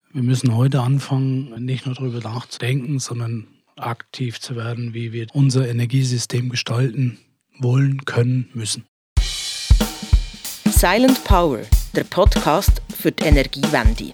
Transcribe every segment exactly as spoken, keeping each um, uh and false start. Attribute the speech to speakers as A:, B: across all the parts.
A: Wir müssen heute anfangen, nicht nur darüber nachzudenken, sondern aktiv zu werden, wie wir unser Energiesystem gestalten wollen, können, müssen.
B: Silent Power, der Podcast für die Energiewende.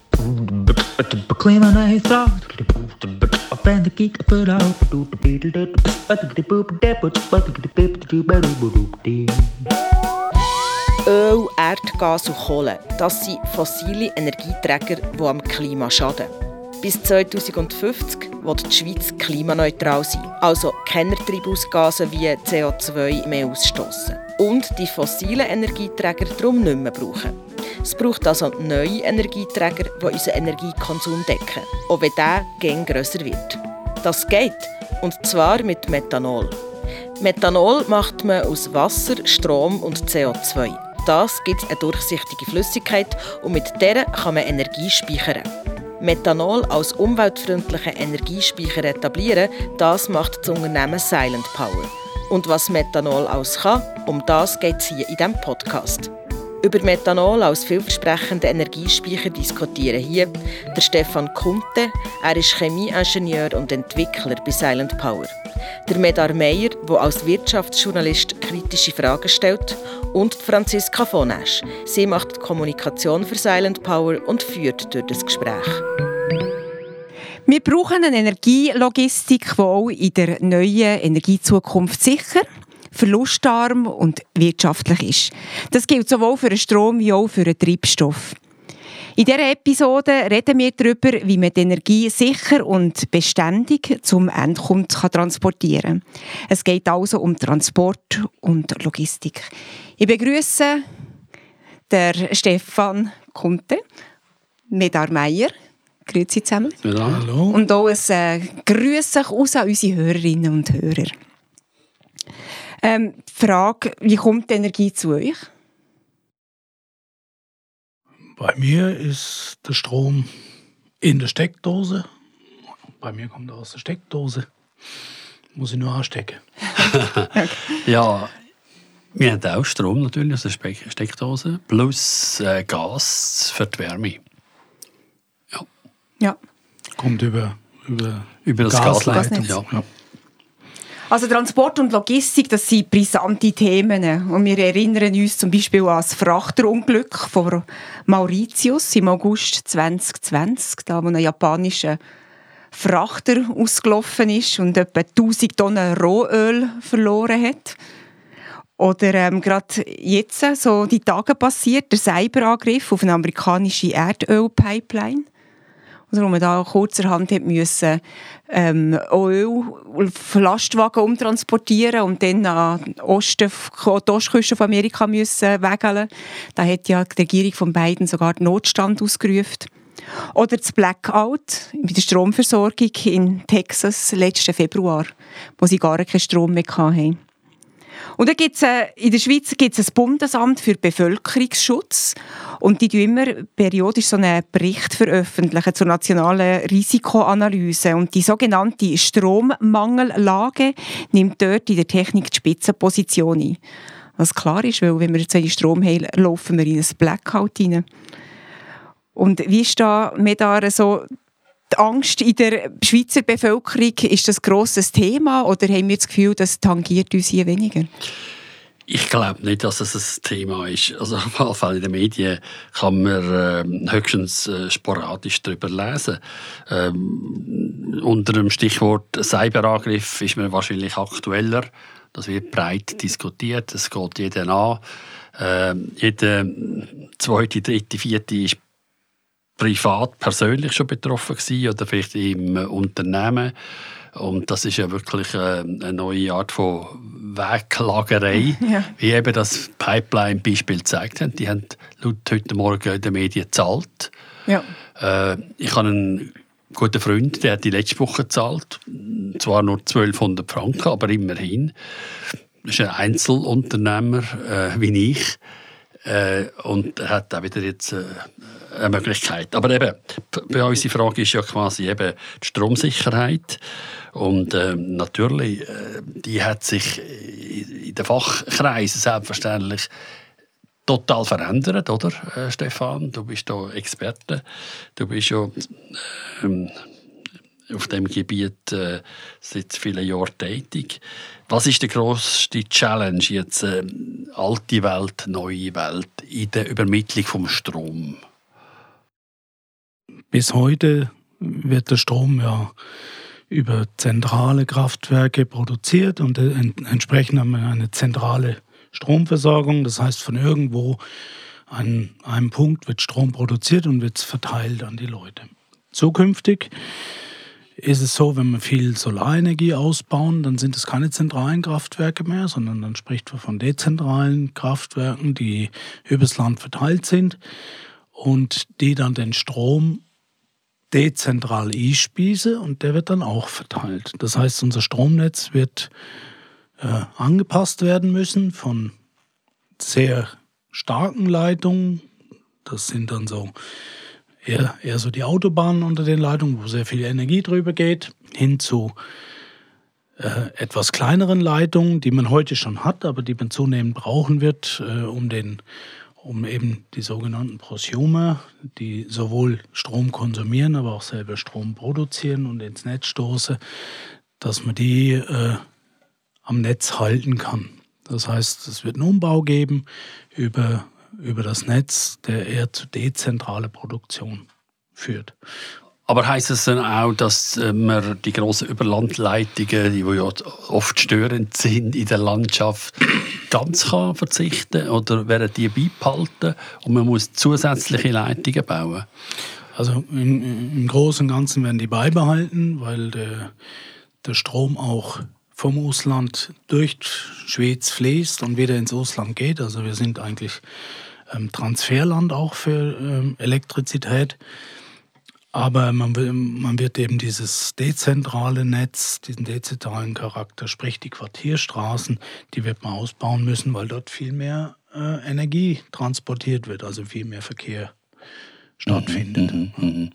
B: Öl, Erdgas und Kohle, das sind fossile Energieträger, die am Klima schaden. Bis zwanzig fünfzig will die Schweiz klimaneutral sein, also keine Treibhausgase wie C O zwei mehr ausstoßen. Und die fossilen Energieträger darum nicht mehr brauchen. Es braucht also neue Energieträger, die unseren Energiekonsum decken, auch wenn dieser immer grösser wird. Das geht, und zwar mit Methanol. Methanol macht man aus Wasser, Strom und C O zwei. Das gibt eine durchsichtige Flüssigkeit und mit der kann man Energie speichern. Methanol als umweltfreundlichen Energiespeicher etablieren, das macht das Unternehmen Silent Power. Und was Methanol alles kann, um das geht es hier in diesem Podcast. Über Methanol als vielversprechenden Energiespeicher diskutieren hier der Stefan Kunte. Er ist Chemieingenieur und Entwickler bei Silent Power. Der Medar Meyer, der als Wirtschaftsjournalist kritische Fragen stellt. Und Franziska von Esch. Sie macht die Kommunikation für Silent Power und führt durch das Gespräch.
C: Wir brauchen eine Energielogistik, die auch in der neuen Energiezukunft sicher, verlustarm und wirtschaftlich ist. Das gilt sowohl für den Strom wie auch für den Treibstoff. In dieser Episode reden wir darüber, wie man die Energie sicher und beständig zum Endkunden transportieren kann. Es geht also um Transport und Logistik. Ich begrüße den Stefan Kunte, Medar Meyer. Grüezi zusammen.
A: Ja, hallo.
C: Und auch ein äh, Grüß raus an unsere Hörerinnen und Hörer. Ähm, die Frage, wie kommt die Energie zu euch?
A: Bei mir ist der Strom in der Steckdose. Bei mir kommt er aus der Steckdose. Muss ich nur anstecken.
D: Okay. Ja, wir haben auch Strom natürlich aus der Steckdose. Plus äh, Gas für die Wärme. Ja.
C: Ja.
A: Kommt über, über,
D: über das Gasleiten. Ja. Ja.
C: Also Transport und Logistik, das sind brisante Themen. Und wir erinnern uns zum Beispiel an das Frachterunglück von Mauritius im August zwanzig zwanzig, da wo ein japanischer Frachter ausgelaufen ist und etwa tausend Tonnen Rohöl verloren hat. Oder ähm, gerade jetzt, so die Tage passiert, der Cyberangriff auf eine amerikanische Erdölpipeline. Wo man da kurzerhand müssen, ähm, Öl auf Lastwagen umtransportieren und dann an den Osten, die Ostküste von Amerika müssen wegeln. Da hat ja die Regierung von Biden sogar den Notstand ausgerufen. Oder das Blackout bei der Stromversorgung in Texas letzten Februar, wo sie gar keinen Strom mehr hatten. Und dann gibt's, äh, in der Schweiz gibt es ein Bundesamt für Bevölkerungsschutz und die veröffentlichen immer periodisch so einen Bericht veröffentlichen zur nationalen Risikoanalyse. Und die sogenannte Strommangellage nimmt dort in der Technik die Spitzenposition ein. Was klar ist, weil wenn wir jetzt einen Strom haben, laufen wir in ein Blackout hinein. Und wie ist da Medar so die Angst in der Schweizer Bevölkerung, ist das ein grosses Thema oder haben wir das Gefühl, das tangiert uns hier weniger?
D: Ich glaube nicht, dass es ein Thema ist. Also auf jeden Fall in den Medien kann man äh, höchstens äh, sporadisch darüber lesen. Ähm, unter dem Stichwort Cyberangriff ist man wahrscheinlich aktueller. Das wird breit diskutiert, das geht jeden an. Ähm, jeder zweite, dritte, vierte ist privat, persönlich schon betroffen gewesen oder vielleicht im Unternehmen. Und das ist ja wirklich eine neue Art von Weglagerei, ja. Wie eben das Pipeline-Beispiel gezeigt hat. Die haben laut heute Morgen in den Medien gezahlt. Ja. Äh, ich habe einen guten Freund, der hat die letzte Woche gezahlt. Zwar nur zwölfhundert Franken, aber immerhin. Das ist ein Einzelunternehmer äh, wie ich. Äh, und er hat auch wieder jetzt äh, eine Möglichkeit. Aber eben, bei unsere Frage ist ja quasi eben die Stromsicherheit. Und äh, natürlich, äh, die hat sich in den Fachkreisen selbstverständlich total verändert, oder, äh, Stefan? Du bist da Experte. Du bist ja ähm, auf dem Gebiet äh, seit vielen Jahren tätig. Was ist die grosste Challenge jetzt, äh, alte Welt, neue Welt, in der Übermittlung vom Strom?
A: Bis heute wird der Strom ja über zentrale Kraftwerke produziert und äh, entsprechend haben wir eine zentrale Stromversorgung. Das heißt, von irgendwo an einem Punkt wird Strom produziert und wird verteilt an die Leute. Zukünftig ist es so, wenn wir viel Solarenergie ausbauen, dann sind es keine zentralen Kraftwerke mehr, sondern dann spricht man von dezentralen Kraftwerken, die übers Land verteilt sind und die dann den Strom dezentral einspießen und der wird dann auch verteilt. Das heißt, unser Stromnetz wird äh, angepasst werden müssen von sehr starken Leitungen. Das sind dann so eher, eher so die Autobahnen unter den Leitungen, wo sehr viel Energie drüber geht, hin zu äh, etwas kleineren Leitungen, die man heute schon hat, aber die man zunehmend brauchen wird, äh, um den um eben die sogenannten Prosumer, die sowohl Strom konsumieren, aber auch selber Strom produzieren und ins Netz stoßen, dass man die äh, am Netz halten kann. Das heißt, es wird einen Umbau geben über, über das Netz, der eher zu dezentraler Produktion führt.
D: Aber heisst es dann auch, dass man die grossen Überlandleitungen, die ja oft störend sind in der Landschaft, ganz kann verzichten oder werden die beibehalten und man muss zusätzliche Leitungen bauen?
A: Also im, im Großen und Ganzen werden die beibehalten, weil der, der Strom auch vom Ausland durch die Schweiz fließt und wieder ins Ausland geht. Also wir sind eigentlich ähm, Transferland auch für ähm, Elektrizität. Aber man, man wird eben dieses dezentrale Netz, diesen dezentralen Charakter, sprich die Quartierstraßen, die wird man ausbauen müssen, weil dort viel mehr äh, Energie transportiert wird, also viel mehr Verkehr stattfindet.
D: Mhm, mhm.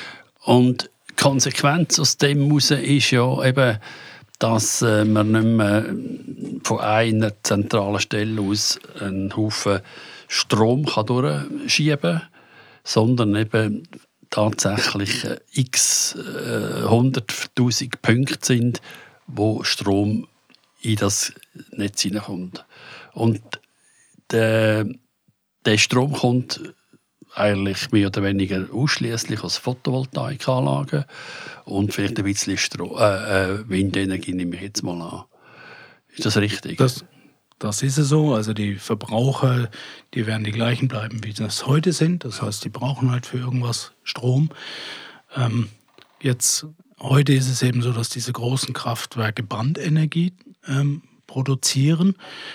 D: Und die Konsequenz aus dem heraus ist ja eben, dass äh, man nicht mehr von einer zentralen Stelle aus einen Haufen Strom kann durchschieben kann, sondern eben tatsächlich äh, x äh, hunderttausend Punkte sind, wo Strom in das Netz hineinkommt. Und der, der Strom kommt eigentlich mehr oder weniger ausschließlich aus Photovoltaikanlagen und vielleicht ein bisschen Stro- äh, äh, Windenergie, nehme ich jetzt mal an. Ist das richtig?
A: Das Das ist es so. Also die Verbraucher, die werden die gleichen bleiben, wie das heute sind. Das heißt, die brauchen halt für irgendwas Strom. Ähm, jetzt, heute ist es eben so, dass diese großen Kraftwerke Bandenergie ähm, produzieren.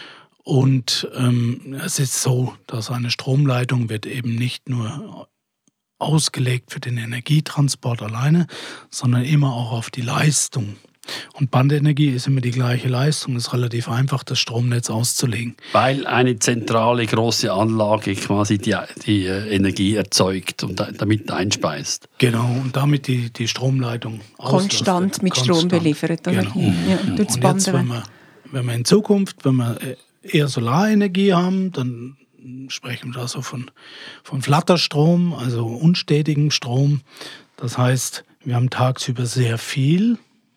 A: Und ähm, es ist so, dass eine Stromleitung wird eben nicht nur ausgelegt für den Energietransport alleine, sondern immer auch auf die Leistung. Und Bandenergie ist immer die gleiche Leistung. Es ist relativ einfach, das Stromnetz auszulegen.
D: Weil eine zentrale große Anlage quasi die, die Energie erzeugt und damit einspeist.
A: Genau, und damit die, die Stromleitung
C: konstant mit Strom beliefert. Oder?
A: Genau.
C: Ja, durch das
A: und jetzt, wenn wir, wenn wir in Zukunft, wenn wir eher Solarenergie haben, dann sprechen wir da so von, von Flatterstrom, also unstetigem Strom. Das heißt, wir haben tagsüber sehr viel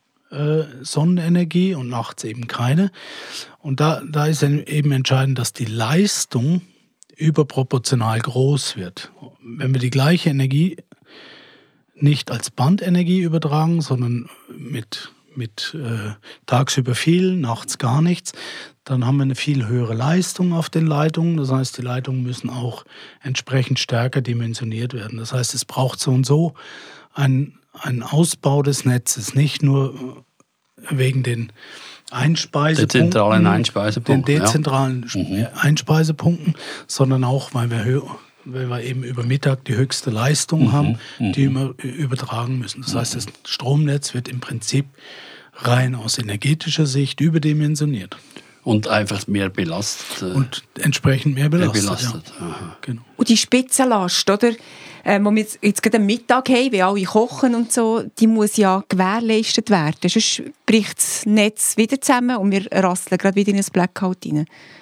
A: Sonnenenergie und nachts eben keine. Und da, da ist eben entscheidend, dass die Leistung überproportional groß wird. Wenn wir die gleiche Energie nicht als Bandenergie übertragen, sondern mit, mit äh, tagsüber viel, nachts gar nichts, dann haben wir eine viel höhere Leistung auf den Leitungen. Das heißt, die Leitungen müssen auch entsprechend stärker dimensioniert werden. Das heißt, es braucht so und so ein ein Ausbau des Netzes, nicht nur wegen den Einspeisepunkten,
D: dezentralen Einspeisepunkten,
A: den dezentralen
D: ja.
A: Einspeisepunkten, sondern auch, weil wir, weil wir eben über Mittag die höchste Leistung mhm. haben, die mhm. wir übertragen müssen. Das heißt, das Stromnetz wird im Prinzip rein aus energetischer Sicht überdimensioniert.
D: Und einfach mehr belastet.
A: Und entsprechend mehr belastet.
D: Mehr belastet.
A: Ja. Genau.
C: Und die Spitzenlast, oder? Ähm, wo wir jetzt, jetzt gerade am Mittag haben, wie alle kochen und so, die muss ja gewährleistet werden. Sonst bricht das Netz wieder zusammen und wir rasseln gerade wieder in ein Blackout rein.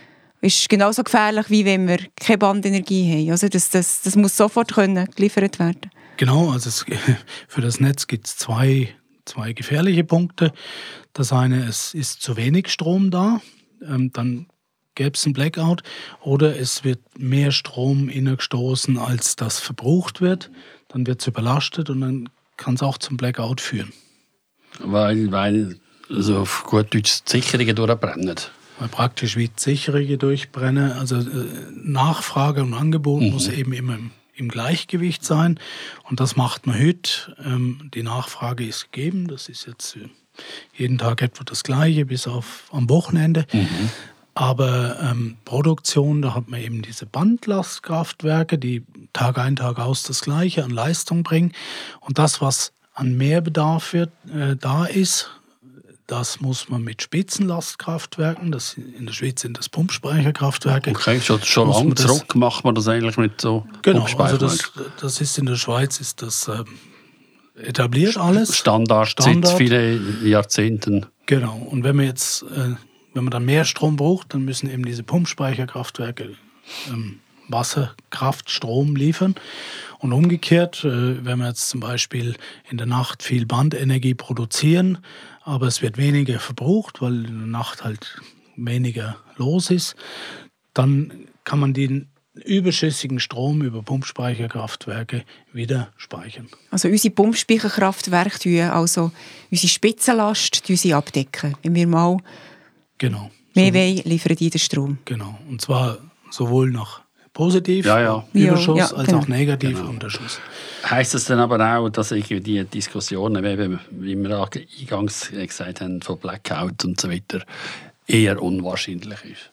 C: ist genauso gefährlich, wie wenn wir keine Bandenergie haben. Also das, das, das muss sofort können geliefert werden.
A: Genau, also es, für das Netz gibt es zwei, zwei gefährliche Punkte. Das eine, es ist zu wenig Strom da, ähm, dann gäbe es einen Blackout, oder es wird mehr Strom innergestoßen, als das verbraucht wird. Dann wird es überlastet und dann kann es auch zum Blackout führen.
D: Weil, weil also auf gut Deutsch die Sicherungen durchbrennen.
A: Weil praktisch wie die Sicherungen durchbrennen. Also äh, Nachfrage und Angebot mhm. muss eben immer im, im Gleichgewicht sein. Und das macht man heute. Ähm, die Nachfrage ist gegeben. Das ist jetzt äh, jeden Tag etwa das Gleiche, bis auf am Wochenende. Mhm. Aber ähm, Produktion, da hat man eben diese Bandlastkraftwerke, die Tag ein, Tag aus das Gleiche an Leistung bringen. Und das, was an Mehrbedarf wird, äh, da ist, das muss man mit Spitzenlastkraftwerken, das, in der Schweiz sind das Pumpspeicherkraftwerke.
D: Okay, schon, schon lange zurück macht man das eigentlich mit so
A: genau,
D: Pumpspeicherwerken.
A: Also das, das ist in der Schweiz ist das ähm, etabliert alles.
D: Standard, Standard seit vielen Jahrzehnten.
A: Genau, und wenn man jetzt... Äh, Wenn man dann mehr Strom braucht, dann müssen eben diese Pumpspeicherkraftwerke ähm, Wasser, Kraft, Strom liefern. Und umgekehrt, äh, wenn wir jetzt zum Beispiel in der Nacht viel Bandenergie produzieren, aber es wird weniger verbraucht, weil in der Nacht halt weniger los ist, dann kann man den überschüssigen Strom über Pumpspeicherkraftwerke wieder speichern.
C: Also unsere Pumpspeicherkraftwerke tun also unsere Spitzenlast sie abdecken. Wenn wir mal
A: Genau.
C: mehr so, wollen, liefern die den Strom.
A: Genau. Und zwar sowohl nach positiv
D: ja, ja.
A: Überschuss
C: ja, ja,
A: als
C: genau.
A: auch negativ
D: genau.
A: Unterschuss.
D: Heißt das dann aber auch, dass irgendwie die Diskussionen, wie wir eingangs gesagt haben, von Blackout und so weiter, eher unwahrscheinlich ist?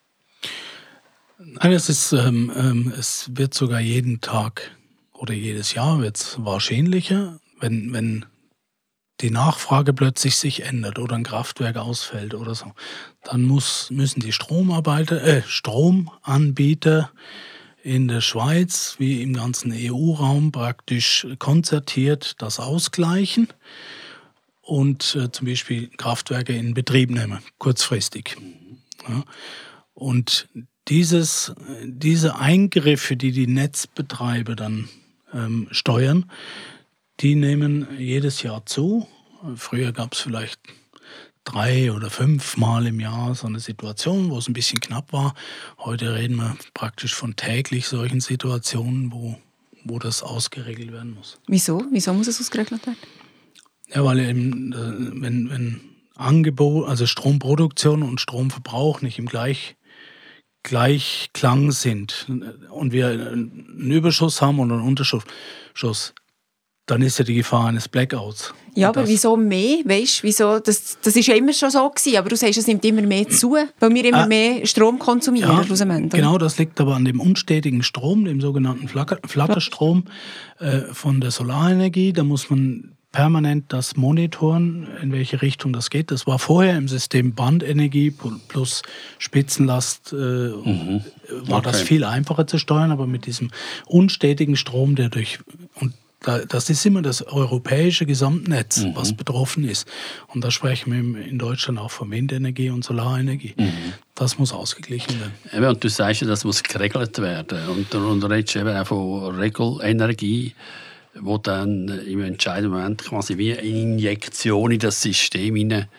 A: Nein, es ist, ähm, ähm, es wird sogar jeden Tag oder jedes Jahr wird's wahrscheinlicher, wenn, wenn die Nachfrage plötzlich sich ändert oder ein Kraftwerk ausfällt oder so. Dann muss, müssen die Stromarbeiter, äh, Stromanbieter in der Schweiz wie im ganzen E U-Raum praktisch konzertiert das ausgleichen und äh, zum Beispiel Kraftwerke in Betrieb nehmen, kurzfristig. Ja. Und dieses, diese Eingriffe, die die Netzbetreiber dann ähm, steuern, die nehmen jedes Jahr zu. Früher gab es vielleicht drei oder fünf Mal im Jahr so eine Situation, wo es ein bisschen knapp war. Heute reden wir praktisch von täglich solchen Situationen, wo, wo das ausgeregelt werden muss.
C: Wieso? Wieso muss es ausgeregelt werden?
A: Ja, weil eben, wenn, wenn Angebot, also Stromproduktion und Stromverbrauch nicht im Gleich Gleichklang sind und wir einen Überschuss haben oder einen Unterschuss, dann ist ja die Gefahr eines Blackouts.
C: Ja, aber wieso mehr? Weißt, wieso? Das, das ist ja immer schon so gewesen, aber du sagst, es nimmt immer mehr zu, weil wir immer äh, mehr Strom konsumieren.
A: Ja, genau, das liegt aber an dem unstetigen Strom, dem sogenannten Flatterstrom äh, von der Solarenergie. Da muss man permanent das monitoren, in welche Richtung das geht. Das war vorher im System Bandenergie plus Spitzenlast, äh, mhm. war okay. das viel einfacher zu steuern, aber mit diesem unstetigen Strom, der durch... Und das ist immer das europäische Gesamtnetz, mhm. was betroffen ist. Und da sprechen wir in Deutschland auch von Windenergie und Solarenergie. Mhm. Das muss ausgeglichen werden.
D: Eben, und du sagst ja, das muss geregelt werden. Und, und du redest eben auch von Regelenergie, wo dann im entscheidenden Moment quasi wie eine Injektion in das System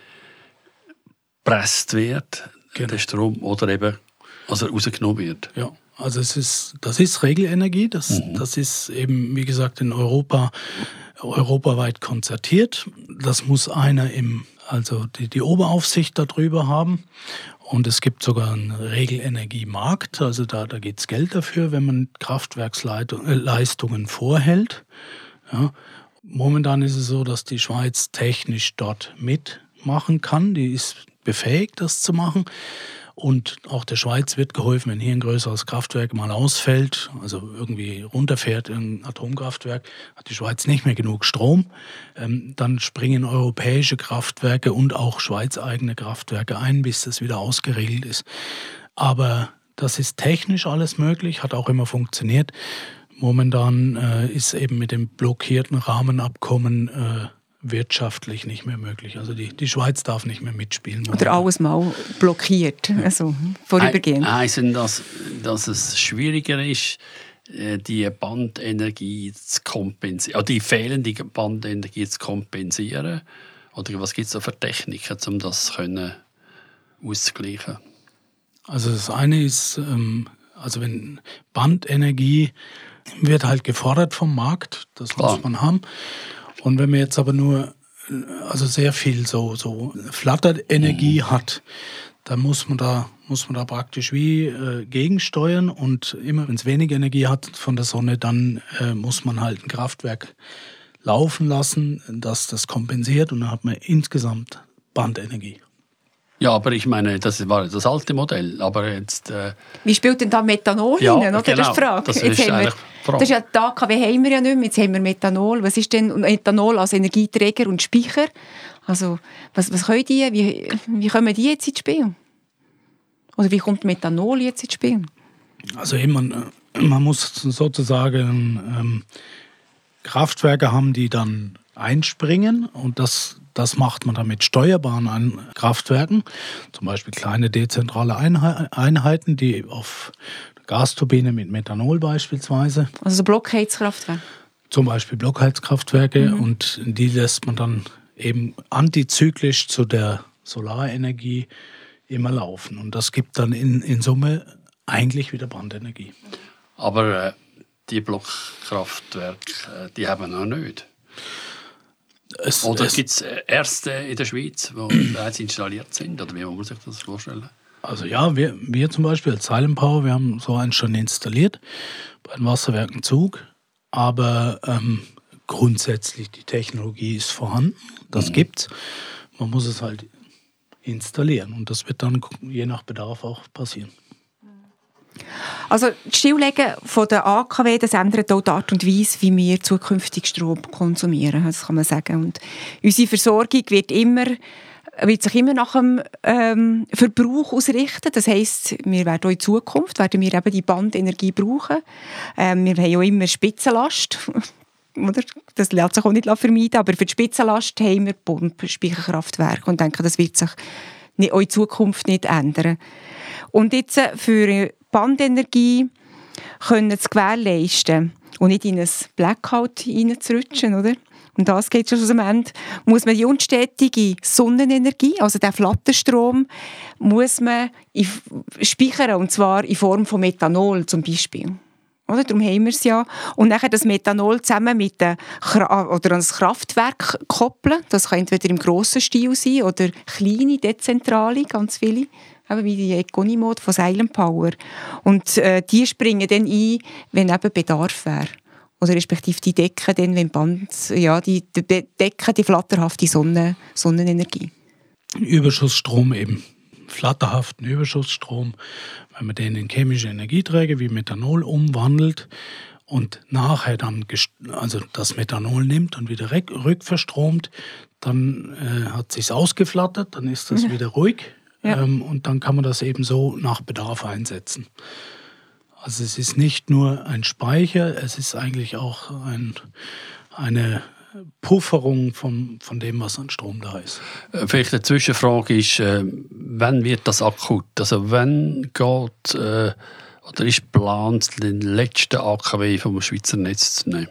D: hineingepresst wird, genau. der Strom, oder eben also rausgenommen wird.
A: Ja. Also es ist, das ist Regelenergie, das, mhm. das ist eben, wie gesagt, in Europa europaweit konzertiert. Das muss einer im, also die, die Oberaufsicht darüber haben. Und es gibt sogar einen Regelenergiemarkt, also da, da gibt es Geld dafür, wenn man Kraftwerksleistungen vorhält. Ja. Momentan ist es so, dass die Schweiz technisch dort mitmachen kann. Die ist befähigt, das zu machen. Und auch der Schweiz wird geholfen, wenn hier ein größeres Kraftwerk mal ausfällt, also irgendwie runterfährt, ein Atomkraftwerk, hat die Schweiz nicht mehr genug Strom. Ähm, dann springen europäische Kraftwerke und auch schweizeigene Kraftwerke ein, bis das wieder ausgeregelt ist. Aber das ist technisch alles möglich, hat auch immer funktioniert. Momentan äh, ist eben mit dem blockierten Rahmenabkommen äh, wirtschaftlich nicht mehr möglich. Also die, die Schweiz darf nicht mehr mitspielen.
C: Oder alles mal blockiert, also vorübergehend.
D: Heißt das, dass es schwieriger ist, die Bandenergie zu kompensieren, die fehlende Bandenergie zu kompensieren? Oder was gibt es da für Techniken, um das können auszugleichen?
A: Also das eine ist, ähm, also wenn Bandenergie wird halt gefordert vom Markt, das Klar. muss man haben. Und wenn man jetzt aber nur also sehr viel so, so Flatterenergie mhm. hat, dann muss man da, muss man da praktisch wie äh, gegensteuern. Und immer wenn es wenig Energie hat von der Sonne, dann äh, muss man halt ein Kraftwerk laufen lassen, das das kompensiert. Und dann hat man insgesamt Bandenergie.
D: Ja, aber ich meine, das war das alte Modell. Aber jetzt, äh
C: Wie spielt denn da Methanol
D: ja,
C: hinein? Oder?
D: Genau,
C: das ist die Frage.
D: Das ist,
C: jetzt haben wir,
D: Frage.
C: Das ist ja die A K W haben wir ja nicht mehr. Jetzt haben wir Methanol. Was ist denn Methanol als Energieträger und Speicher? Also, was, was können die? Wie, wie kommen die jetzt ins Spiel? Oder wie kommt Methanol jetzt ins Spiel?
A: Also eben, man, man muss sozusagen ähm, Kraftwerke haben, die dann einspringen und das, das macht man dann mit steuerbaren Kraftwerken, zum Beispiel kleine dezentrale Einheiten, die auf Gasturbine mit Methanol beispielsweise.
C: Also so Blockheizkraftwerke?
A: Zum Beispiel Blockheizkraftwerke
C: mhm.
A: und die lässt man dann eben antizyklisch zu der Solarenergie immer laufen und das gibt dann in, in Summe eigentlich wieder Bandenergie.
D: Aber äh, die Blockkraftwerke, äh, die haben wir noch nicht. Es, oder gibt es erste in der Schweiz, die bereits installiert sind? Oder wie muss man sich das vorstellen?
A: Also ja, wir, wir zum Beispiel als Silent Power, wir haben so eins schon installiert bei den Wasserwerken Zug. Aber ähm, grundsätzlich die Technologie ist vorhanden, das mhm. gibt's. Man muss es halt installieren und das wird dann je nach Bedarf auch passieren.
C: Also das Stilllegen von der A K W, das ändert auch die Art und Weise, wie wir zukünftig Strom konsumieren, das kann man sagen. Und unsere Versorgung wird, immer, wird sich immer nach dem ähm, Verbrauch ausrichten. Das heisst, wir werden auch in Zukunft werden wir eben die Bandenergie brauchen. Ähm, wir haben auch immer Spitzenlast. Oder? Das lässt sich auch nicht vermeiden, aber für die Spitzenlast haben wir Pumpspeicherkraftwerke und denke, das wird sich nicht, auch in Zukunft nicht ändern. Und jetzt für Bandenergie können zu gewährleisten und nicht in ein Blackout hineinzurutschen, oder? Und das geht schon aus dem Ende. Muss man die unstetige Sonnenenergie, also den Flatterstrom, muss man speichern, und zwar in Form von Methanol zum Beispiel. Oder? Darum haben wir es ja. Und dann das Methanol zusammen mit dem oder ans Kraftwerk koppeln. Das kann entweder im grossen Stil sein oder kleine, dezentrale, ganz viele. Eben wie die Econimod von Silent Power. Und äh, die springen dann ein, wenn eben Bedarf wäre. Oder respektive die decken dann, wenn Band, ja, die, die decken die flatterhafte Sonne, Sonnenenergie.
A: Überschussstrom eben. Flatterhaften Überschussstrom, wenn man den in chemische Energieträger wie Methanol umwandelt und nachher dann also das Methanol nimmt und wieder rückverstromt, dann äh, hat es sich ausgeflattert, dann ist das ja. wieder ruhig ja. ähm, und dann kann man das eben so nach Bedarf einsetzen. Also es ist nicht nur ein Speicher, es ist eigentlich auch ein, eine Pufferung von, von dem, was an Strom da ist.
D: Vielleicht eine Zwischenfrage ist, äh, wann wird das akut? Also wann geht äh, oder ist geplant, den letzten A K W vom Schweizer Netz zu nehmen?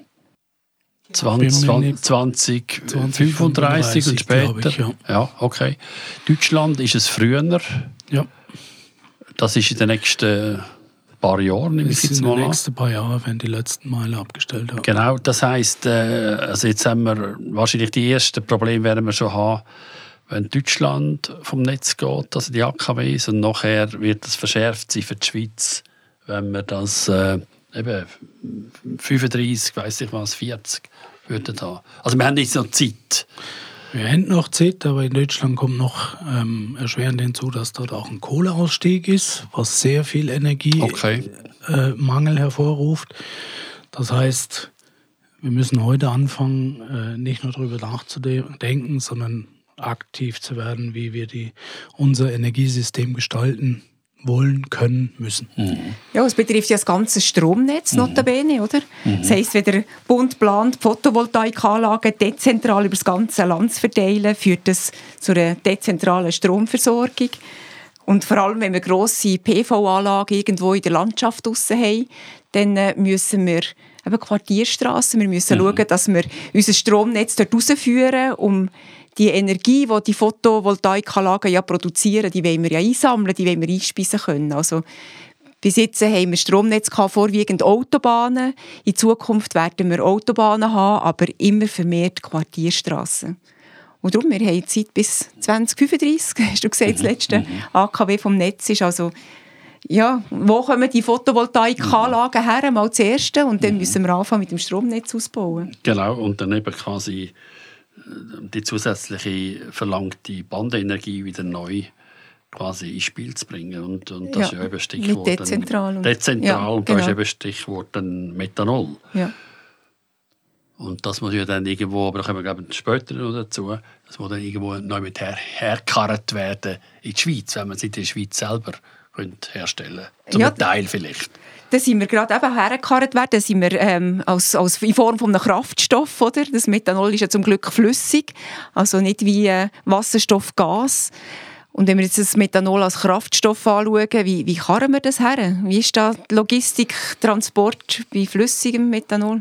D: zwanzig, zwanzig, fünfunddreißig und später? Ich, ja. ja, okay. Deutschland ist es früher. Ja. Das ist in den nächsten paar Jahren, nehme ich jetzt mal an. In den
A: nächsten paar Jahren, wenn die letzten Meilen abgestellt haben.
D: Genau, das heisst, äh, also jetzt haben wir wahrscheinlich die ersten Probleme werden wir schon haben, wenn Deutschland vom Netz geht, also die A K Ws, und nachher wird das verschärft sein für die Schweiz, wenn wir das äh, eben fünfunddreißig, weiss ich was, vierzig würden haben. Also wir haben jetzt noch Zeit.
A: Wir haben noch Zeit, aber in Deutschland kommt noch ähm, erschwerend hinzu, dass dort auch ein Kohleausstieg ist, was sehr viel Energiemangel okay. äh, hervorruft. Das heißt, wir müssen heute anfangen, äh, nicht nur darüber nachzudenken, sondern aktiv zu werden, wie wir die, unser Energiesystem gestalten wollen, können, müssen.
D: Mhm.
C: Ja, es betrifft ja das ganze Stromnetz, mhm. notabene, oder? Mhm. Das heisst, wenn der Bund plant, Photovoltaikanlagen dezentral über das ganze Land zu verteilen, führt das zu einer dezentralen Stromversorgung. Und vor allem, wenn wir grosse P V-Anlagen irgendwo in der Landschaft draussen haben, dann müssen wir eben Quartierstrassen, wir müssen mhm. schauen, dass wir unser Stromnetz dort rausführen, um die Energie, die die Photovoltaikanlagen ja produzieren, die wollen wir ja einsammeln, die wollen wir einspeisen können. Also, bis jetzt haben wir Stromnetz gehabt, vorwiegend Autobahnen. In Zukunft werden wir Autobahnen haben, aber immer vermehrt Quartierstrassen. Und darum, wir haben Zeit bis zwanzig fünfunddreissig, hast du gesagt, das letzte A K W vom Netz ist. Also, ja, wo kommen die Photovoltaikanlagen her? Mal das Erste. Und dann müssen wir anfangen mit dem Stromnetz ausbauen.
D: Genau, und dann eben quasi die zusätzliche verlangte Bandenergie wieder neu quasi ins Spiel zu bringen. Und, und das ja, ist ja eben Stichwort.
C: Mit dezentral.
D: Und, dezentral,
C: ja,
D: und da
C: genau.
D: ist eben Stichwort dann Methanol.
C: Ja.
D: Und das muss ja dann irgendwo, aber da kommen wir glaube ich später noch dazu, das muss dann irgendwo neu mit her, hergekarrt werden in die Schweiz, wenn man es in der Schweiz selber herstellen könnte. Zum ja, Teil vielleicht.
C: Da sind wir gerade eben hergekarrt werden, da sind wir ähm, als, als in Form von einem Kraftstoff, oder? Das Methanol ist ja zum Glück flüssig, also nicht wie äh, Wasserstoff, Gas. Und wenn wir jetzt das Methanol als Kraftstoff anschauen, wie, wie karren wir das her? Wie ist da die Logistik, Transport bei flüssigem Methanol?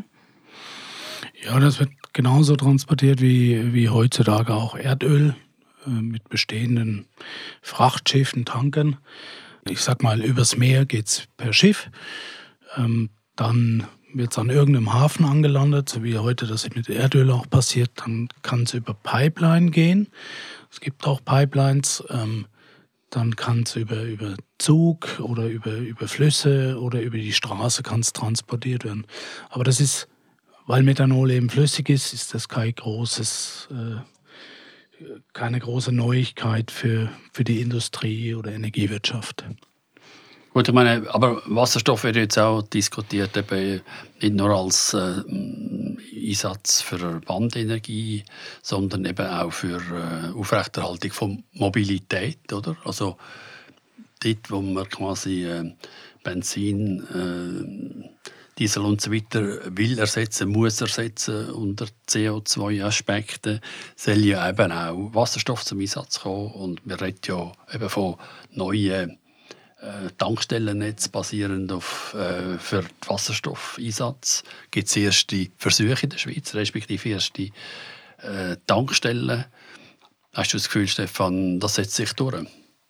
A: Ja, das wird genauso transportiert wie, wie heutzutage auch Erdöl äh, mit bestehenden Frachtschiffen, Tankern. Ich sag mal, übers Meer geht es per Schiff. Ähm, dann wird es an irgendeinem Hafen angelandet, so wie heute das mit Erdöl auch passiert. Dann kann es über Pipeline gehen. Es gibt auch Pipelines. Ähm, dann kann es über, über Zug oder über, über Flüsse oder über die Straße kann es transportiert werden. Aber das ist, weil Methanol eben flüssig ist, ist das kein großes, äh, keine große Neuigkeit für, für die Industrie oder Energiewirtschaft.
D: Gut, ich meine, aber Wasserstoff wird jetzt auch diskutiert, eben nicht nur als äh, Einsatz für Bandenergie, sondern eben auch für äh, Aufrechterhaltung von Mobilität, oder? Also dort, wo man quasi äh, Benzin, äh, Diesel und so weiter will ersetzen, muss ersetzen unter C O zwei Aspekten, soll ja eben auch Wasserstoff zum Einsatz kommen. Und wir reden ja eben von neuen äh, Tankstellennetz basierend auf äh, für den Wasserstoffeinsatz. Gibt es erste Versuche in der Schweiz, respektive erste äh, Tankstellen. Hast du das Gefühl, Stefan, das setzt sich durch?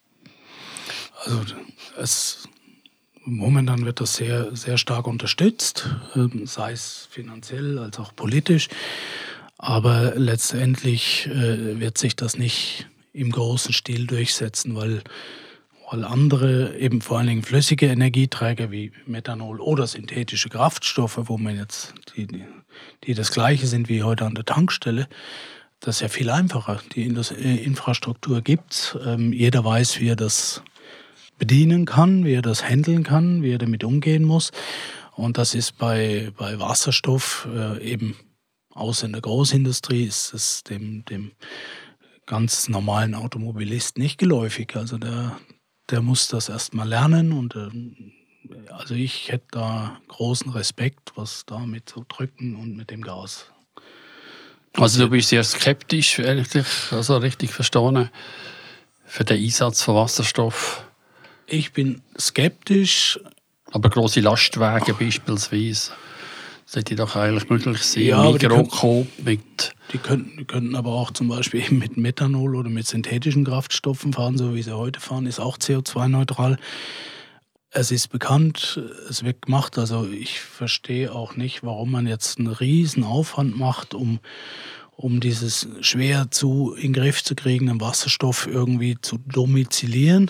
A: Also es Momentan wird das sehr, sehr stark unterstützt, sei es finanziell als auch politisch. Aber letztendlich äh, wird sich das nicht im großen Stil durchsetzen, weil, weil andere, eben vor allen Dingen flüssige Energieträger wie Methanol oder synthetische Kraftstoffe, wo man jetzt die, die, die das Gleiche sind wie heute an der Tankstelle, das ist ja viel einfacher. Die Indus- Infrastruktur gibt's. Ähm, jeder weiß, wie er das bedienen kann, wie er das handeln kann, wie er damit umgehen muss. Und das ist bei, bei Wasserstoff äh, eben, außer in der Großindustrie, ist es dem, dem ganz normalen Automobilist nicht geläufig. Also der, der muss das erst mal lernen. Und äh, also ich hätte da großen Respekt, was da mit so Drücken und mit dem Gas.
D: Also du bist sehr skeptisch, ehrlich, also richtig verstanden, für den Einsatz von Wasserstoff.
A: Ich bin skeptisch.
D: Aber grosse Lastwagen beispielsweise, sollte doch eigentlich möglich sein.
A: Ja, aber die,
D: können, mit
A: die, könnten, die könnten aber auch zum Beispiel eben mit Methanol oder mit synthetischen Kraftstoffen fahren, so wie sie heute fahren, ist auch C O zwei neutral. Es ist bekannt, es wird gemacht. Also ich verstehe auch nicht, warum man jetzt einen riesen Aufwand macht, um, um dieses schwer zu in den Griff zu kriegenden Wasserstoff irgendwie zu domizilieren.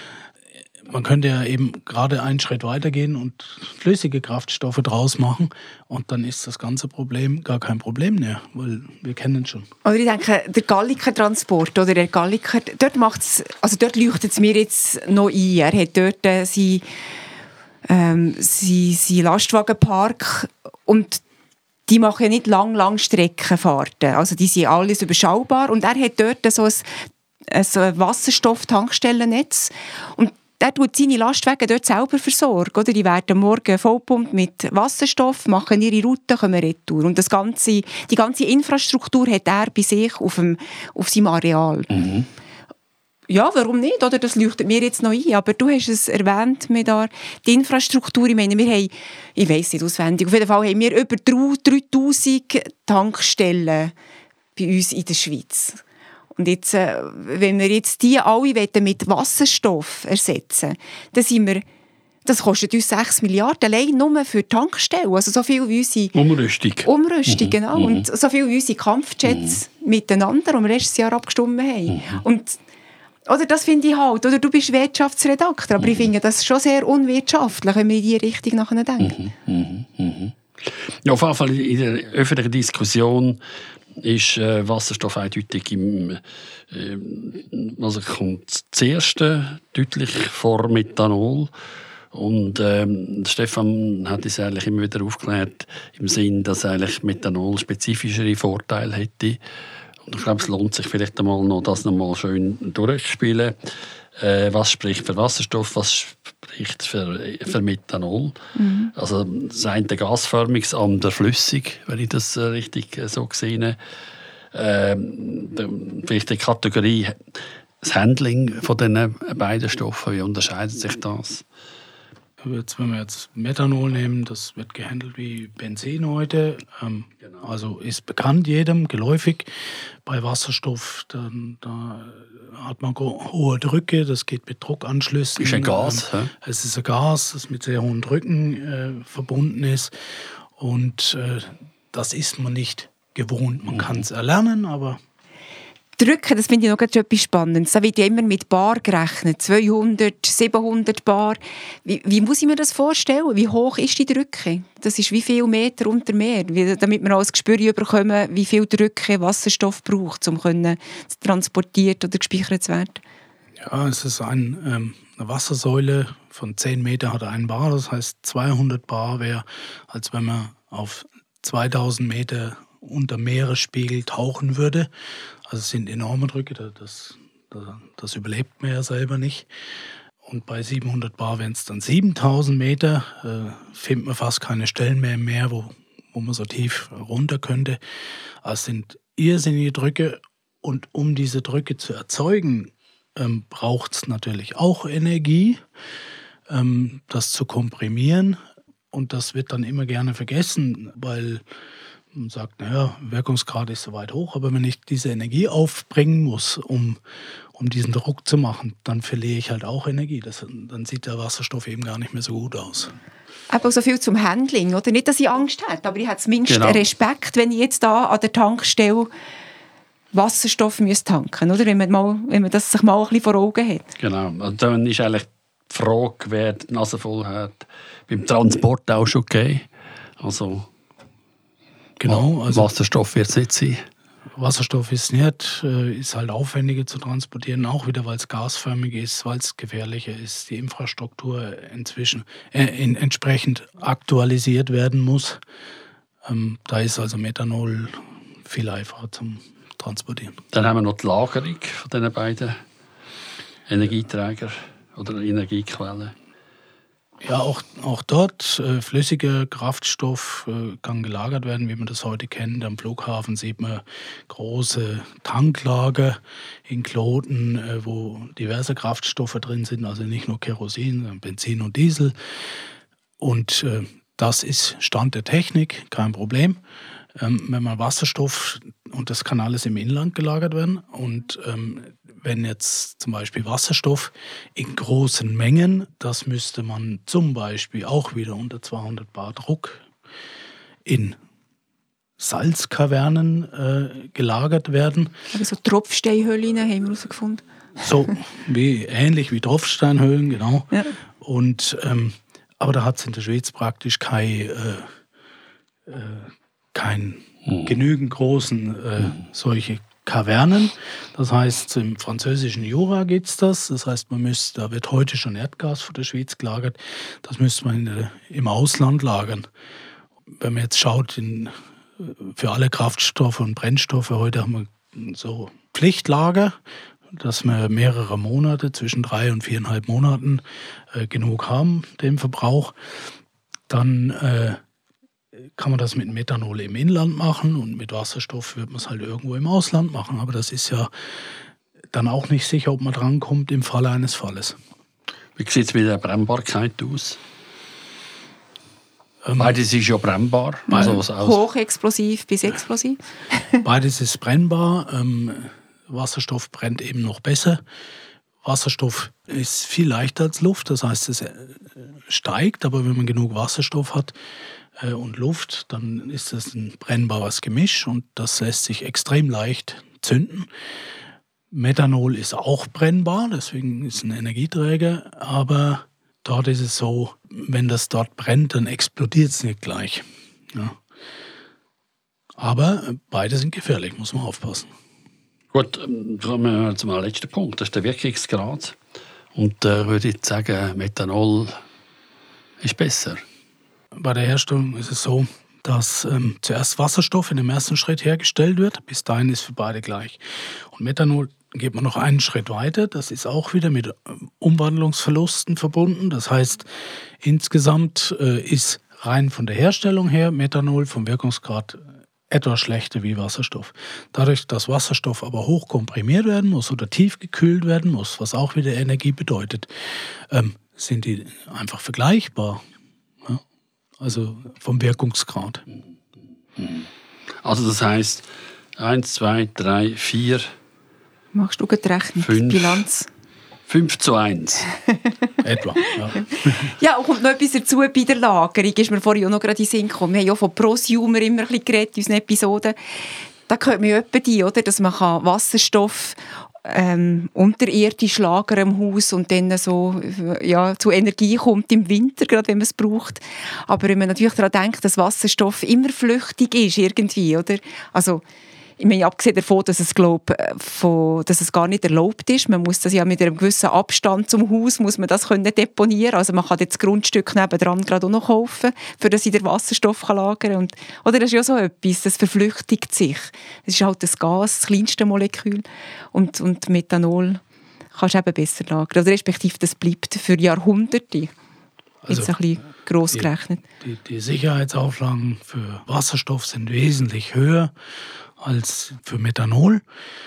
A: Man könnte ja eben gerade einen Schritt weitergehen und flüssige Kraftstoffe draus machen und dann ist das ganze Problem gar kein Problem mehr, weil wir kennen es schon.
C: Oder ich denke, der Galliker-Transport oder der Galliker, dort macht's, also dort leuchtet es mir jetzt noch ein. Er hat dort äh, seinen ähm, sein, sein Lastwagenpark und die machen ja nicht lang, lang Streckenfahrten. Also die sind alles überschaubar und er hat dort so ein, ein Wasserstoff-Tankstellennetz und der tut seine Lastwagen dort selber versorgen. Oder? Die werden morgen vollpumpt mit Wasserstoff, machen ihre Route, kommen retour. Und das ganze, die ganze Infrastruktur hat er bei sich auf, dem, auf seinem Areal. Mhm. Ja, warum nicht? Oder? Das leuchtet mir jetzt noch ein. Aber du hast es erwähnt, Medar, die Infrastruktur. Ich meine, wir haben, ich weiss nicht auswendig, auf jeden Fall haben wir über dreitausend Tankstellen bei uns in der Schweiz. Und jetzt, äh, wenn wir jetzt die alle mit Wasserstoff ersetzen wollen, dann sind wir, das kostet uns sechs Milliarden, allein nur für Tankstellen. Also so viel wie unsere
D: Umrüstung.
C: Umrüstung,
D: mhm.
C: genau.
D: Mhm.
C: Und so viel wie unsere Kampfjets mhm. miteinander, die wir letztes Jahr abgestimmt haben. Mhm. Und, oder das finde ich halt. Oder du bist Wirtschaftsredakteur, aber mhm. ich finde das schon sehr unwirtschaftlich, wenn wir in diese Richtung nachher denken.
D: Mhm. Mhm. Ja, auf jeden Fall in der öffentlichen Diskussion ist äh, Wasserstoff eindeutig im, äh, also kommt zuerst deutlich vor Methanol. Und ähm, Stefan hat es eigentlich immer wieder aufgeklärt, im Sinn, dass eigentlich Methanol spezifischere Vorteile hätte. Und ich glaube, es lohnt sich vielleicht einmal noch, das noch mal schön durchzuspielen. Äh, was spricht für Wasserstoff, was spricht für, für Methanol? Mhm. Also das eine gasförmig, das andere flüssig, wenn ich das richtig äh, so sehe. Ähm, vielleicht die Kategorie das Handling von diesen beiden Stoffen, wie unterscheidet sich das?
A: Jetzt, wenn wir jetzt Methanol nehmen, das wird gehandelt wie Benzin heute. Ähm, genau. Also ist bekannt jedem, geläufig. Bei Wasserstoff, dann, da hat man hohe Drücke, das geht mit Druckanschlüssen.
D: Ist ein Gas.
A: Ähm, es ist ein Gas, das mit sehr hohen Drücken äh, verbunden ist. Und äh, das ist man nicht gewohnt. Man mhm. kann es erlernen, aber...
C: Drücken, das finde ich noch etwas Spannendes. Da wird ja immer mit Bar gerechnet. zweihundert, siebenhundert Bar. Wie, wie muss ich mir das vorstellen? Wie hoch ist die Drücke? Das ist wie viele Meter unter Meer? Wie, damit wir auch ein Gespür bekommen, wie viel Drücke Wasserstoff braucht, um können transportiert oder gespeichert zu werden.
A: Ja, es ist ein, ähm, eine Wassersäule von zehn Meter hat ein Bar. Das heißt, zweihundert Bar wäre, als wenn man auf zweitausend Meter unter Meeresspiegel tauchen würde. Also es sind enorme Drücke, das, das, das überlebt man ja selber nicht. Und bei siebenhundert Bar wären es dann siebentausend Meter, äh, findet man fast keine Stellen mehr im Meer, wo, wo man so tief runter könnte. Also es sind irrsinnige Drücke und um diese Drücke zu erzeugen, ähm, braucht es natürlich auch Energie, ähm, das zu komprimieren. Und das wird dann immer gerne vergessen, weil man sagt, naja, Wirkungsgrad ist so weit hoch, aber wenn ich diese Energie aufbringen muss, um, um diesen Druck zu machen, dann verliere ich halt auch Energie. Das, dann sieht der Wasserstoff eben gar nicht mehr so gut aus.
C: Aber so viel zum Handling, oder? Nicht, dass ich Angst hätte, aber ich hätte zumindest genau. Respekt, wenn ich jetzt da an der Tankstelle Wasserstoff müsste tanken, oder? Wenn man, mal, wenn man das sich mal ein bisschen vor Augen hat.
D: Genau, und dann ist eigentlich die Frage, wer die Nase voll hat, beim Transport auch schon okay. Also
A: Genau, also
D: Wasserstoff wird es nicht sein.
A: Wasserstoff ist nicht, ist halt aufwendiger zu transportieren, auch wieder, weil es gasförmig ist, weil es gefährlicher ist, die Infrastruktur inzwischen äh, in, entsprechend aktualisiert werden muss. Ähm, da ist also Methanol viel einfacher zum Transportieren.
D: Dann haben wir noch die Lagerung von diesen beiden Energieträgern oder Energiequellen.
A: Ja, auch, auch dort äh, flüssiger Kraftstoff äh, kann gelagert werden, wie man das heute kennt. Am Flughafen sieht man große Tanklager in Kloten, äh, wo diverse Kraftstoffe drin sind, also nicht nur Kerosin, sondern Benzin und Diesel. Und äh, das ist Stand der Technik, kein Problem. Ähm, wenn man Wasserstoff, und das kann alles im Inland gelagert werden, und ähm, wenn jetzt zum Beispiel Wasserstoff in großen Mengen, das müsste man zum Beispiel auch wieder unter zweihundert Bar Druck in Salzkavernen äh, gelagert werden.
C: Aber so Tropfsteinhöhlen haben wir herausgefunden.
A: So wie, ähnlich wie Tropfsteinhöhlen, genau. Ja. Und, ähm, aber da hat es in der Schweiz praktisch kein, äh, äh, kein hm. genügend großen äh, hm. solche Kavernen. Das heißt, im französischen Jura gibt es das. Das heißt, man müsste, da wird heute schon Erdgas von der Schweiz gelagert. Das müsste man in der, im Ausland lagern. Wenn man jetzt schaut, in, für alle Kraftstoffe und Brennstoffe, heute haben wir so Pflichtlager. dass wir mehrere Monate, zwischen drei und viereinhalb Monaten, äh, genug haben, den Verbrauch. Dann äh, kann man das mit Methanol im Inland machen und mit Wasserstoff wird man es halt irgendwo im Ausland machen. Aber das ist ja dann auch nicht sicher, ob man drankommt im Falle eines Falles.
D: Wie sieht es mit der Brennbarkeit aus? Ähm, Beides ist ja brennbar.
C: Also was hochexplosiv bis explosiv?
A: Beides ist brennbar. Ähm, Wasserstoff brennt eben noch besser. Wasserstoff ist viel leichter als Luft, das heißt, es steigt, aber wenn man genug Wasserstoff hat äh, und Luft, dann ist das ein brennbares Gemisch und das lässt sich extrem leicht zünden. Methanol ist auch brennbar, deswegen ist ein Energieträger, aber dort ist es so, wenn das dort brennt, dann explodiert es nicht gleich. Ja. Aber beide sind gefährlich, muss man aufpassen.
D: Gut, kommen wir zum letzten Punkt, das ist der Wirkungsgrad. Und da äh, würde ich sagen, Methanol ist besser.
A: Bei der Herstellung ist es so, dass ähm, zuerst Wasserstoff in dem ersten Schritt hergestellt wird. Bis dahin ist für beide gleich. Und Methanol geht man noch einen Schritt weiter. Das ist auch wieder mit Umwandlungsverlusten verbunden. Das heißt, insgesamt äh, ist rein von der Herstellung her Methanol vom Wirkungsgrad etwas schlechter wie Wasserstoff. Dadurch, dass Wasserstoff aber hoch komprimiert werden muss oder tief gekühlt werden muss, was auch wieder Energie bedeutet, ähm, sind die einfach vergleichbar. Ja? Also vom Wirkungsgrad.
D: Also das heißt, eins, zwei, drei, vier.
C: Machst du die Rechnung,
D: fünf,
C: Bilanz?
D: fünf zu eins.
A: Etwa, ja.
C: Ja, und kommt noch etwas dazu bei der Lagerung, ist mir vorhin auch noch gerade in den Sinn gekommen. Wir haben ja von Prosumer immer ein bisschen geredet in unseren Episoden. Da hört man ja etwa die, oder, dass man Wasserstoff ähm, unterirdisch lagern im Haus und dann so ja, zu Energie kommt im Winter, gerade wenn man es braucht. Aber wenn man natürlich daran denkt, dass Wasserstoff immer flüchtig ist irgendwie, oder? Also ich meine, abgesehen davon, dass es, glaub, von, dass es gar nicht erlaubt ist. Man muss das ja mit einem gewissen Abstand zum Haus muss man das können deponieren. Also man kann das Grundstück nebendran gerade auch noch kaufen, für das ich den Wasserstoff kann lagern kann. Und, oder das ist ja so etwas, das verflüchtigt sich. Es ist halt das Gas, das kleinste Molekül. Und, und Methanol kannst du eben besser lagern. Also respektive das bleibt für Jahrhunderte. Also jetzt ein bisschen gross die, gerechnet.
A: Die, die Sicherheitsauflagen für Wasserstoff sind wesentlich höher als für Methanol.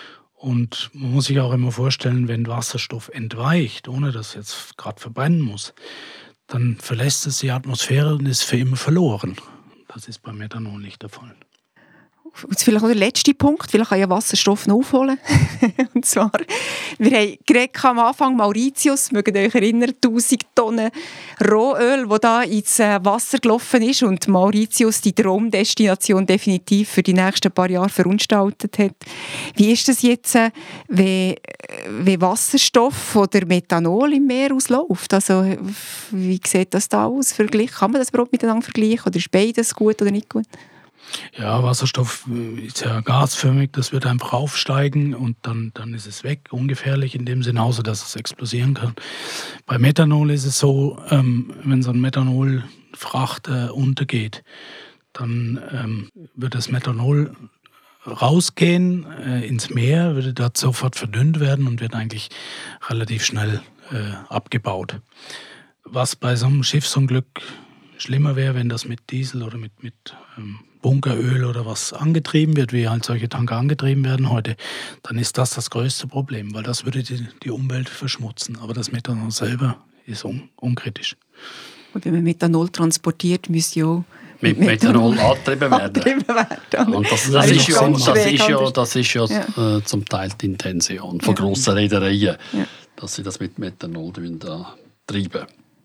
A: Und man muss sich auch immer vorstellen, wenn Wasserstoff entweicht, ohne dass es jetzt gerade verbrennen muss, dann verlässt es die Atmosphäre und ist für immer verloren. Das ist beim Methanol nicht der Fall.
C: Jetzt vielleicht noch der letzte Punkt, vielleicht kann ja Wasserstoff noch aufholen. Und zwar, wir haben geredet am Anfang Mauritius, mögt ihr euch erinnern, tausend Tonnen Rohöl, das da ins Wasser gelaufen ist und Mauritius die Traumdestination definitiv für die nächsten paar Jahre verunstaltet hat. Wie ist das jetzt, wenn, wenn Wasserstoff oder Methanol im Meer ausläuft? Also, wie sieht das da aus? Vergleich? Kann man das überhaupt miteinander vergleichen? Oder ist beides gut oder nicht gut?
A: Ja, Wasserstoff ist ja gasförmig, das wird einfach aufsteigen und dann, dann ist es weg, ungefährlich in dem Sinne, außer dass es explodieren kann. Bei Methanol ist es so, ähm, wenn so ein Methanolfracht äh, untergeht, dann ähm, wird das Methanol rausgehen äh, ins Meer, würde dort sofort verdünnt werden und wird eigentlich relativ schnell äh, abgebaut. Was bei so einem Schiffsunglück schlimmer wäre, wenn das mit Diesel oder mit, mit ähm, Bunkeröl oder was angetrieben wird, wie halt solche Tanker angetrieben werden heute, dann ist das das größte Problem, weil das würde die, die Umwelt verschmutzen. Aber das Methanol selber ist un, unkritisch.
C: Und wenn man Methanol transportiert, müsste ja auch
D: mit Methanol, Methanol angetrieben werden. Angetrieben werden. Und das, das, ist ja, das, ist ja, das ist ja, ja. Äh, zum Teil die Intention von ja. grossen Reedereien, ja. dass sie das mit Methanol da treiben.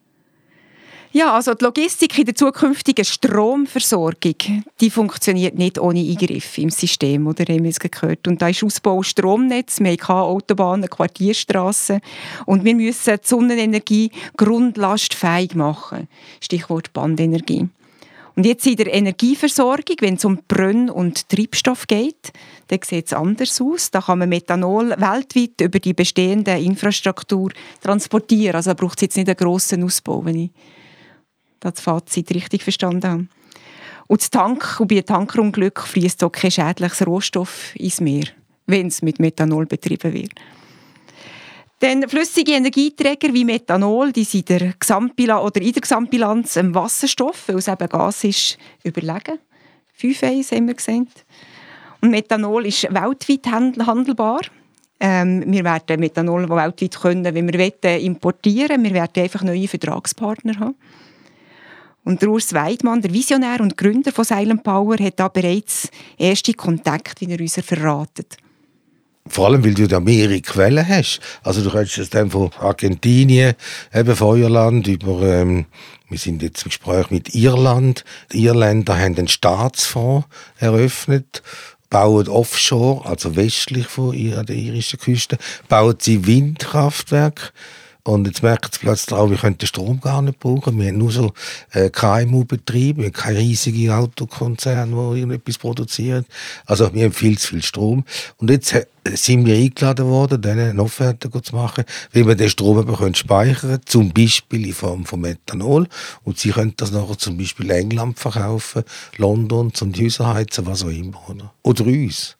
C: Ja, also die Logistik in der zukünftigen Stromversorgung, die funktioniert nicht ohne Eingriff im System, oder haben wir es gehört. Und da ist Ausbau Stromnetz, wir haben Autobahnen, Quartierstrassen und wir müssen die Sonnenenergie grundlastfähig machen. Stichwort Bandenergie. Und jetzt in der Energieversorgung, wenn es um Brenn- und Treibstoff geht, dann sieht es anders aus. Da kann man Methanol weltweit über die bestehende Infrastruktur transportieren. Also da braucht es jetzt nicht einen grossen Ausbau, wenn ich das Fazit richtig verstanden habe. Und, das Tank, und bei einem Tankerunglück fließt auch kein schädliches Rohstoff ins Meer, wenn es mit Methanol betrieben wird. Denn flüssige Energieträger wie Methanol, die sind der Gesamtbilanz oder in der Gesamtbilanz im Wasserstoff, weil es eben Gas ist, überlegen. fünf eins haben wir gesagt. Und Methanol ist weltweit handelbar. Ähm, wir werden Methanol weltweit können, wenn wir wollen, importieren. Wir werden einfach neue Vertragspartner haben. Und der Urs Weidmann, der Visionär und Gründer von Silent Power, hat da bereits erste Kontakte, wie er uns verratet.
E: Vor allem, weil du da mehrere Quellen hast. Also du kannst es dann von Argentinien, eben Feuerland, über, ähm, wir sind jetzt im Gespräch mit Irland. Die Irländer haben einen Staatsfonds eröffnet, bauen offshore, also westlich von der irischen Küste, bauen sie Windkraftwerke. Und jetzt merken sie plötzlich auch, wir können den Strom gar nicht brauchen. Wir haben nur so äh, K M U-Betriebe, wir haben keine riesigen Autokonzerne, die irgendetwas produzieren. Also wir haben viel zu viel Strom. Und jetzt äh, sind wir eingeladen worden, denen eine Offerte zu machen, wie wir den Strom eben können speichern können, zum Beispiel in Form von Methanol. Und sie können das nachher zum Beispiel England verkaufen, London, zum Häuser heizen, was auch immer. Oder, oder uns.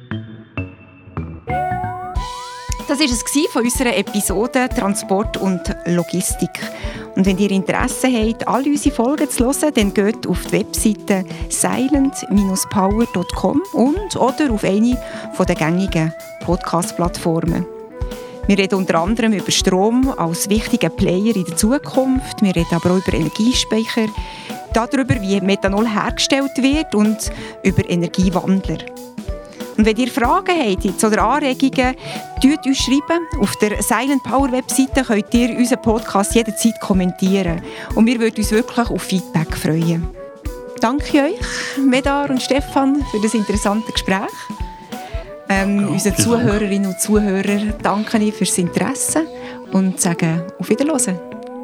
C: Das war es von unserer Episode Transport und Logistik. Und wenn ihr Interesse habt, alle unsere Folgen zu hören, dann geht auf die Webseite silent dash power dot com und oder auf eine der gängigen Podcast-Plattformen. Wir reden unter anderem über Strom als wichtigen Player in der Zukunft. Wir reden aber auch über Energiespeicher, darüber, wie Methanol hergestellt wird und über Energiewandler. Und wenn ihr Fragen habt oder Anregungen, schreibt uns schreiben. Auf der Silent Power Webseite könnt ihr unseren Podcast jederzeit kommentieren. Und wir würden uns wirklich auf Feedback freuen. Danke euch, Medar und Stefan, für das interessante Gespräch. Ähm, ja, unseren Zuhörerinnen und Zuhörern danke ich fürs Interesse und sage auf Wiederhören.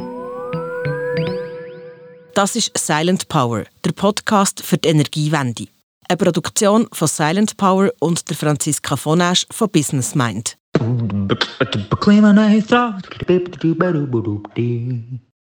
B: Das ist Silent Power, der Podcast für die Energiewende. Eine Produktion von Silent Power und der Franziska von Asch von Business Mind.